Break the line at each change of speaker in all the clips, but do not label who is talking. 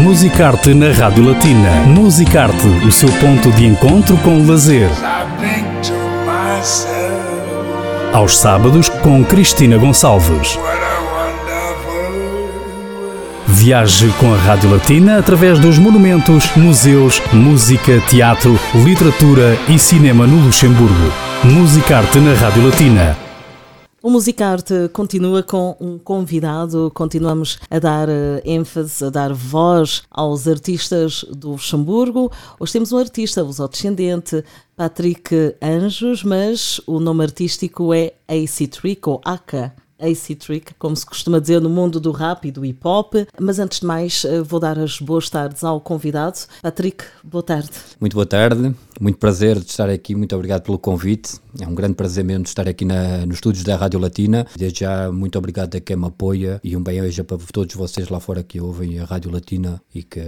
Musicarte na Rádio Latina. Musicarte, o seu ponto de encontro com o lazer. Aos sábados com Cristina Gonçalves. Viaje com a Rádio Latina através dos monumentos, museus, música, teatro, literatura e cinema no Luxemburgo. Musicarte na Rádio Latina.
O Musicarte continua com um convidado, continuamos a dar ênfase, a dar voz aos artistas do Luxemburgo. Hoje temos um artista, lusodescendente, Patrick Anjos, mas o nome artístico é AC Trick, ou Aka AC Trick, como se costuma dizer no mundo do rap e do hip-hop. Mas antes de mais, vou dar as boas tardes ao convidado. Patrick, boa tarde.
Muito boa tarde, muito prazer de estar aqui, muito obrigado pelo convite. É um grande prazer mesmo de estar aqui nos estúdios da Rádio Latina. Desde já, muito obrigado a quem me apoia e um bem-aja para todos vocês lá fora que ouvem a Rádio Latina e que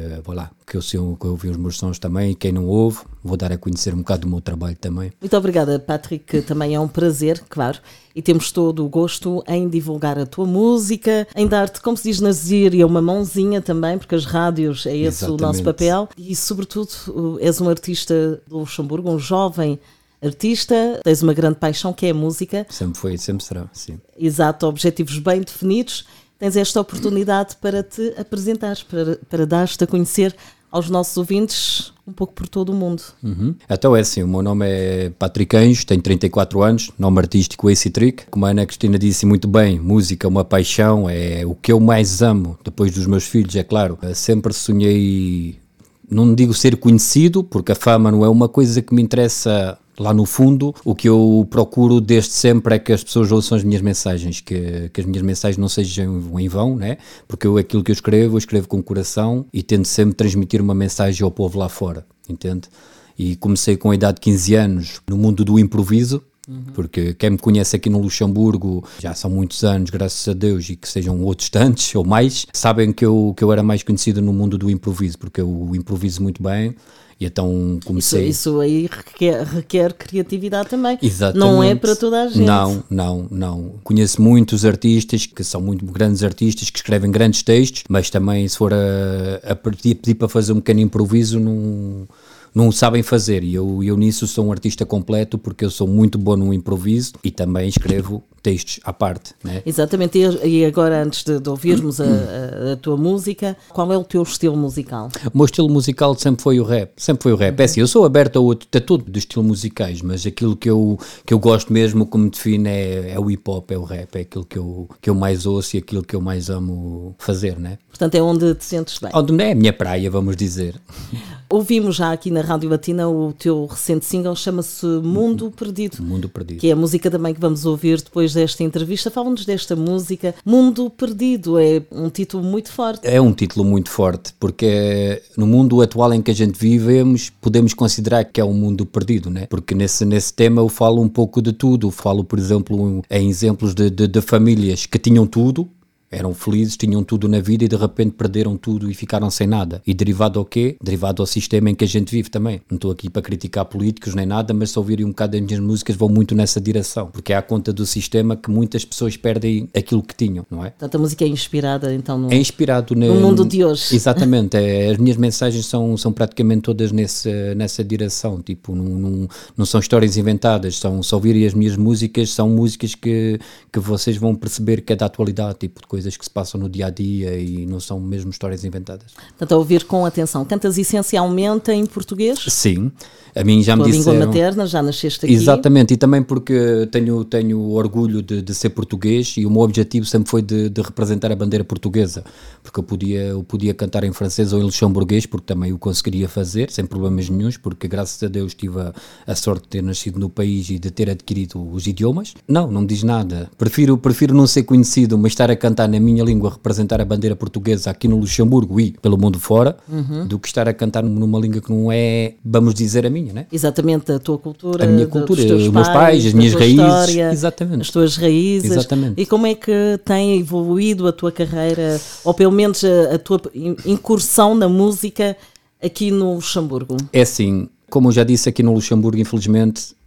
ouvem os meus sons também. E quem não ouve, vou dar a conhecer um bocado do meu trabalho também.
Muito obrigada, Patrick, também é um prazer, claro, e temos todo o gosto em divulgar a tua música, em dar-te, como se diz na gíria, uma mãozinha também, porque as rádios é esse o nosso papel, e sobretudo és um artista do Luxemburgo, um jovem artista, tens uma grande paixão que é a música.
Sempre foi, sempre será, sim.
Exato, objetivos bem definidos. Tens esta oportunidade para te apresentares, para dar-te a conhecer aos nossos ouvintes um pouco por todo o mundo.
Então é assim, o meu nome é Patrick Anjos, tenho 34 anos, nome artístico AC Trick. Como a Ana Cristina disse muito bem, música é uma paixão, é o que eu mais amo, depois dos meus filhos, é claro. Sempre sonhei, não digo ser conhecido, porque a fama não é uma coisa que me interessa. Lá no fundo, o que eu procuro desde sempre é que as pessoas ouçam as minhas mensagens, que as minhas mensagens não sejam em vão, né? Porque aquilo que eu escrevo com o coração e tento sempre transmitir uma mensagem ao povo lá fora, entende? E comecei com a idade de 15 anos no mundo do improviso, porque quem me conhece aqui no Luxemburgo, já são muitos anos, graças a Deus, e que sejam outros tantos ou mais, sabem que eu era mais conhecido no mundo do improviso, porque eu improviso muito bem. E então comecei...
Isso aí requer criatividade também.
Exatamente.
Não é para toda a gente.
Não. Conheço muitos artistas, que são muito grandes artistas, que escrevem grandes textos, mas também se for a pedir para fazer um pequeno improviso, não sabem fazer, e eu nisso sou um artista completo, porque eu sou muito bom no improviso e também escrevo textos à parte, né?
Exatamente, e agora antes de ouvirmos a tua música, qual é o teu estilo musical?
O meu estilo musical sempre foi o rap. É assim, eu sou aberto a todo dos estilos musicais, mas aquilo que eu gosto mesmo, como define, é o hip hop, é o rap, é aquilo que eu mais ouço e aquilo que eu mais amo fazer, né?
Portanto é onde te sentes bem.
Onde é a minha praia, vamos dizer.
Ouvimos já aqui na Rádio Latina o teu recente single, chama-se Mundo Perdido.
Mundo Perdido.
Que é a música também que vamos ouvir depois desta entrevista. Fala-nos desta música. Mundo Perdido é um título muito forte.
É um título muito forte, porque no mundo atual em que a gente vivemos, podemos considerar que é um mundo perdido, né? Porque nesse tema eu falo um pouco de tudo. Falo, por exemplo, em exemplos de famílias que tinham tudo, eram felizes, tinham tudo na vida e de repente perderam tudo e ficaram sem nada. E derivado ao quê? Derivado ao sistema em que a gente vive também. Não estou aqui para criticar políticos nem nada, mas se ouvirem um bocado das minhas músicas vão muito nessa direção. Porque é à conta do sistema que muitas pessoas perdem aquilo que tinham, não é?
Portanto, a música é inspirada então no
mundo
de hoje.
Exatamente. As minhas mensagens são praticamente todas nessa direção. Tipo, não são histórias inventadas. Se ouvirem as minhas músicas, são músicas que vocês vão perceber que é da atualidade, tipo de coisas que se passam no dia-a-dia e não são mesmo histórias inventadas.
Portanto, a ouvir com atenção. Cantas essencialmente em português?
Sim. A mim já me disseram...
língua materna, já nasceste aqui.
Exatamente, e também porque tenho orgulho de ser português e o meu objetivo sempre foi de representar a bandeira portuguesa, porque eu podia cantar em francês ou em luxemburguês, porque também o conseguiria fazer, sem problemas nenhuns, porque graças a Deus tive a sorte de ter nascido no país e de ter adquirido os idiomas. Não me diz nada. Prefiro não ser conhecido, mas estar a cantar na minha língua, representar a bandeira portuguesa aqui no Luxemburgo e pelo mundo fora, do que estar a cantar numa língua que não é, vamos dizer, a minha, né?
Exatamente, a tua cultura,
a minha cultura,
os
meus pais, as minhas raízes,
história,
exatamente.
As tuas raízes.
Exatamente.
E como é que tem evoluído a tua carreira, ou pelo menos a tua incursão na música aqui no Luxemburgo?
É assim, como eu já disse, aqui no Luxemburgo, infelizmente,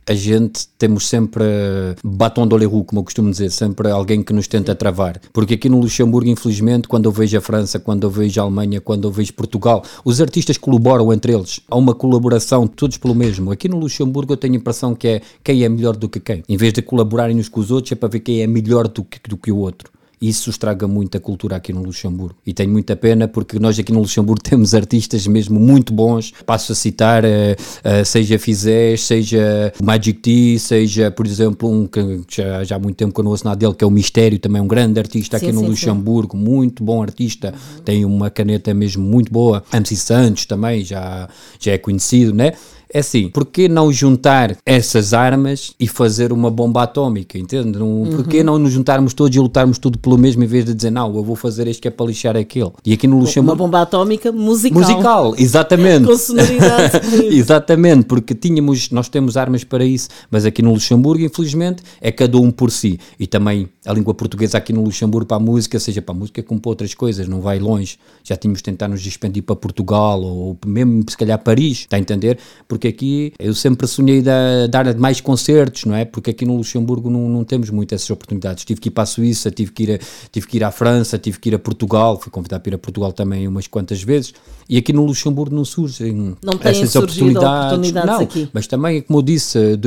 a gente temos sempre batom de roue, como eu costumo dizer, sempre alguém que nos tenta travar. Porque aqui no Luxemburgo, infelizmente, quando eu vejo a França, quando eu vejo a Alemanha, quando eu vejo Portugal, os artistas colaboram entre eles. Há uma colaboração, todos pelo mesmo. Aqui no Luxemburgo eu tenho a impressão que é quem é melhor do que quem. Em vez de colaborarem uns com os outros, é para ver quem é melhor do que o outro. Isso estraga muito a cultura aqui no Luxemburgo. E tenho muita pena porque nós aqui no Luxemburgo temos artistas mesmo muito bons. Passo a citar, seja Fizés, seja o Magic T, seja, por exemplo, um que já há muito tempo que eu não ouço nada dele, que é o Mistério, também um grande artista aqui no Luxemburgo, muito bom artista, tem uma caneta mesmo muito boa. MC Santos também já é conhecido, né? É assim, porquê não juntar essas armas e fazer uma bomba atómica, entende? Porquê não nos juntarmos todos e lutarmos tudo pelo mesmo em vez de dizer, não, eu vou fazer este que é para lixar aquele. E aqui no Luxemburgo...
Uma bomba atómica musical.
Musical, exatamente.
Com sonoridade.
Exatamente, porque nós temos armas para isso, mas aqui no Luxemburgo, infelizmente, é cada um por si. E também a língua portuguesa aqui no Luxemburgo para a música, seja para a música como para outras coisas, não vai longe. Já tínhamos de tentar nos expandir para Portugal ou mesmo, se calhar, Paris, está a entender? Porque aqui eu sempre sonhei dar mais concertos, não é? Porque aqui no Luxemburgo não temos muito essas oportunidades. Tive que ir para a Suíça, tive que ir à França, tive que ir a Portugal, fui convidado para ir a Portugal também umas quantas vezes, e aqui no Luxemburgo não surgem essas oportunidades não,
aqui.
Mas também, como eu disse,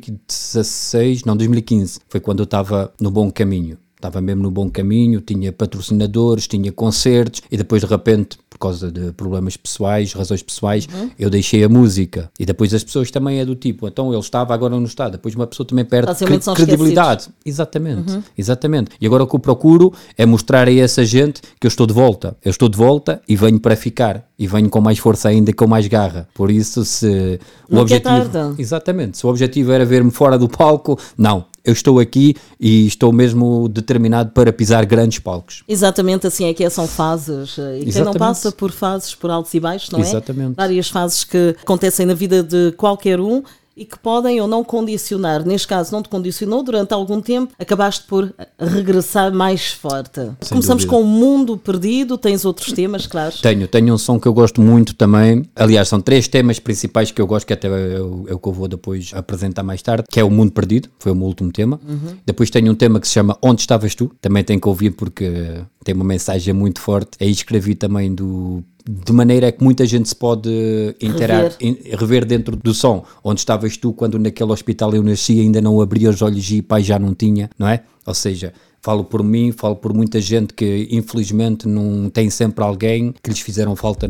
2015 foi quando eu estava no bom caminho. Estava mesmo no bom caminho, tinha patrocinadores, tinha concertos e depois de repente, por causa de problemas pessoais, razões pessoais, eu deixei a música. E depois as pessoas também é do tipo, então ele estava, agora não está. Depois uma pessoa também perde credibilidade. Exatamente, exatamente. E agora o que eu procuro é mostrar a essa gente que eu estou de volta. Eu estou de volta e venho para ficar. E venho com mais força ainda, com mais garra. Por isso, se o objetivo... Exatamente. Se o objetivo era ver-me fora do palco, não. Eu estou aqui e estou mesmo determinado para pisar grandes palcos.
Exatamente, assim é que são fases. E quem não passa por fases, por altos e baixos, não é?
Exatamente.
Várias fases que acontecem na vida de qualquer um e que podem ou não condicionar. Neste caso, não te condicionou durante algum tempo, acabaste por regressar mais forte.
Sem
Começamos
dúvida.
com o Mundo Perdido, tens outros temas, claro.
Tenho um som que eu gosto muito também. Aliás, são 3 temas principais que eu gosto, que até é o que eu vou depois apresentar mais tarde, que é o Mundo Perdido, foi o meu último tema. Depois tenho um tema que se chama Onde Estavas Tu, também tenho que ouvir porque tem uma mensagem muito forte. Aí escrevi também de maneira que muita gente se pode rever dentro do som. Onde estavas tu quando naquele hospital eu nasci, ainda não abria os olhos e pai já não tinha, não é? Ou seja, falo por mim, falo por muita gente que infelizmente não tem sempre alguém que lhes fizeram falta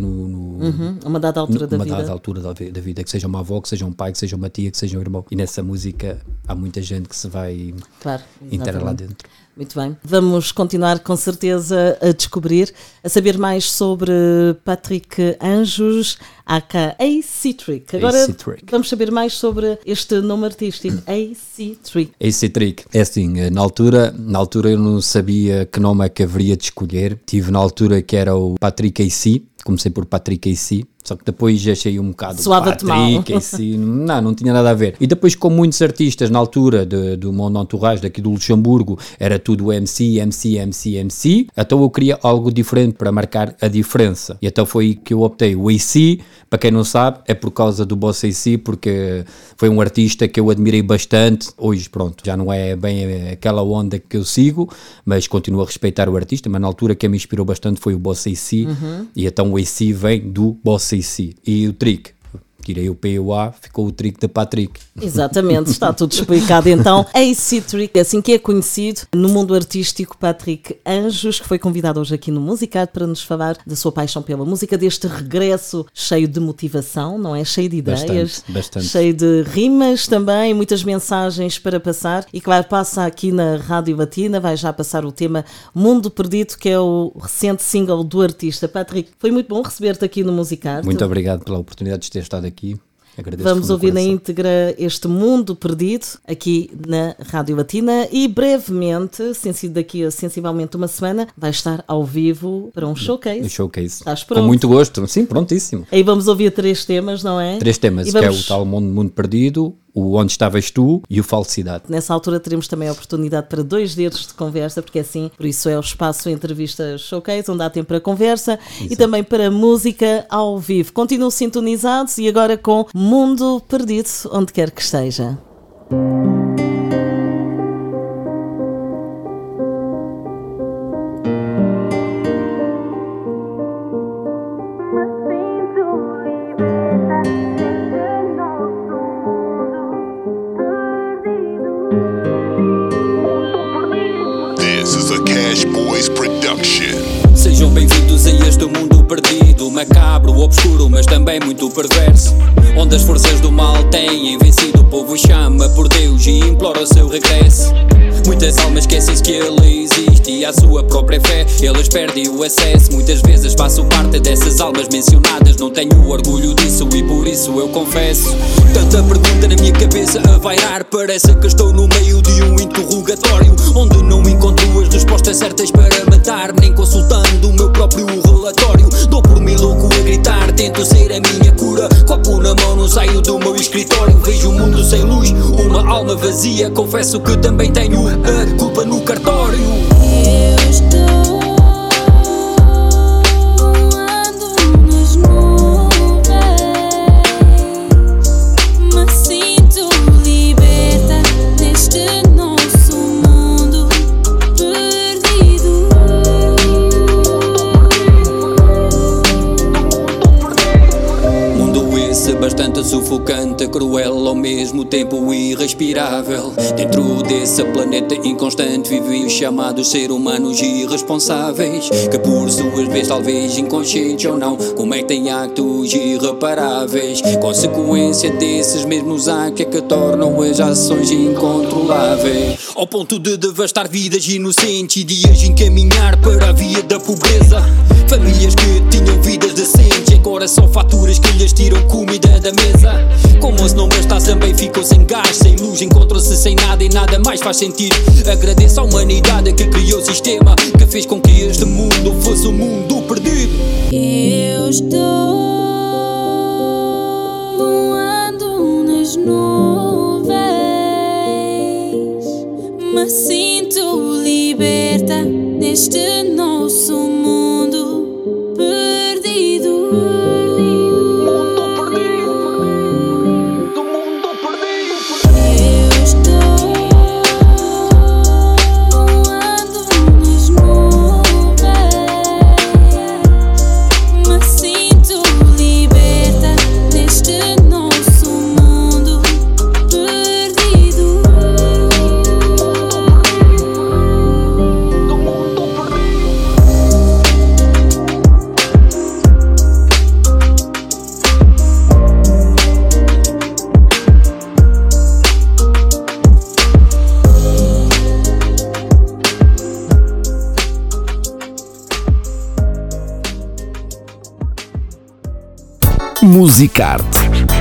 Uma dada altura da vida.
Uma dada altura da vida, que seja uma avó, que seja um pai, que seja uma tia, que seja um irmão. E nessa música há muita gente que se vai inteirar lá dentro.
Muito bem. Vamos continuar com certeza a descobrir, a saber mais sobre Patrick Anjos, aka AC Trick. Agora vamos saber mais sobre este nome artístico, AC Trick.
AC Trick. É assim, na altura eu não sabia que nome é que haveria de escolher. Tive na altura que era o Patrick AC. Comecei por Patrick AC, só que depois achei um bocado
Soava-te
Patrick AC, não tinha nada a ver. E depois, com muitos artistas na altura do meu entourage daqui do Luxemburgo, era tudo MC, então eu queria algo diferente para marcar a diferença. E então foi aí que eu optei. O AC, para quem não sabe, é por causa do Boss AC, porque foi um artista que eu admirei bastante. Hoje, pronto, já não é bem aquela onda que eu sigo, mas continuo a respeitar o artista, mas na altura quem me inspirou bastante foi o Boss AC, e então o AC vem do Boss AC. E o Trick, tirei o P e o A, ficou o Trick de Patrick.
Exatamente, está tudo explicado então. AC Trick, é assim que é conhecido no mundo artístico, Patrick Anjos, que foi convidado hoje aqui no Musicart para nos falar da sua paixão pela música, deste regresso cheio de motivação, não é? Cheio de ideias,
bastante.
Cheio de rimas também, muitas mensagens para passar e claro, passa aqui na Rádio Latina, vai já passar o tema Mundo Perdido, que é o recente single do artista. Patrick, foi muito bom receber-te aqui no Musicart.
Muito obrigado pela oportunidade de ter estado aqui. Agradeço.
Vamos ouvir na íntegra este Mundo Perdido aqui na Rádio Latina e brevemente, sem ser daqui a sensivelmente uma semana, vai estar ao vivo para um showcase.
Um showcase.
Estás pronto?
Com muito gosto. Sim, prontíssimo.
Aí vamos ouvir 3 temas, não é?
3 temas, que é o tal Mundo Perdido, o Onde Estavas Tu e o Falsidade.
Nessa altura teremos também a oportunidade para 2 dedos de conversa, porque assim, por isso é o espaço entrevista showcase, onde há tempo para conversa. Exato. E também para música ao vivo. Continuam sintonizados e agora com Mundo Perdido, onde quer que esteja.
Sejam bem-vindos a este mundo perdido, macabro, obscuro, mas também muito perverso, onde as forças do mal têm vencido. O povo chama por Deus e implora o seu regresso. Muitas almas esquecem-se que ele existe e à sua própria fé eles perdem o acesso. Muitas vezes faço parte dessas almas mencionadas, não tenho orgulho disso e por isso eu confesso. Tanta pergunta na minha cabeça a vairar, parece que estou no meio de um interrogatório, onde não encontro as respostas certas para matar, nem consultando o meu próprio relatório. Dou por mim louco a gritar, tento ser a minha cura, copo na mão, não saio do meu escritório. Vejo o mundo sem luz, uma alma vazia, confesso que também tenho a culpa no cartório.
Eu estou voando nas nuvens, me sinto liberta neste nosso mundo perdido.
Mundo esse bastante sufocante, cruel, ao mesmo tempo irrespirável. Dentro desse planeta inconstante vivem os chamados seres humanos irresponsáveis, que por suas vezes, talvez inconscientes ou não, cometem actos irreparáveis. Consequência desses mesmos actos é que tornam as ações incontroláveis, ao ponto de devastar vidas inocentes e dias encaminhar para a via da pobreza. Famílias que tinham vidas decentes, agora são faturas que lhes tiram comida da mesa. Como se não bastasse, também ficam sem gás, sem luz, encontram-se sem nada e nada mais faz sentido. Agradeço à humanidade que criou o sistema que fez com que este mundo fosse um mundo perdido.
Eu estou voando nas nuvens, me sinto liberta neste nosso mundo perdido. Eu estou voando nas nuvens, me sinto liberta neste nosso mundo perdido.
Musicarte.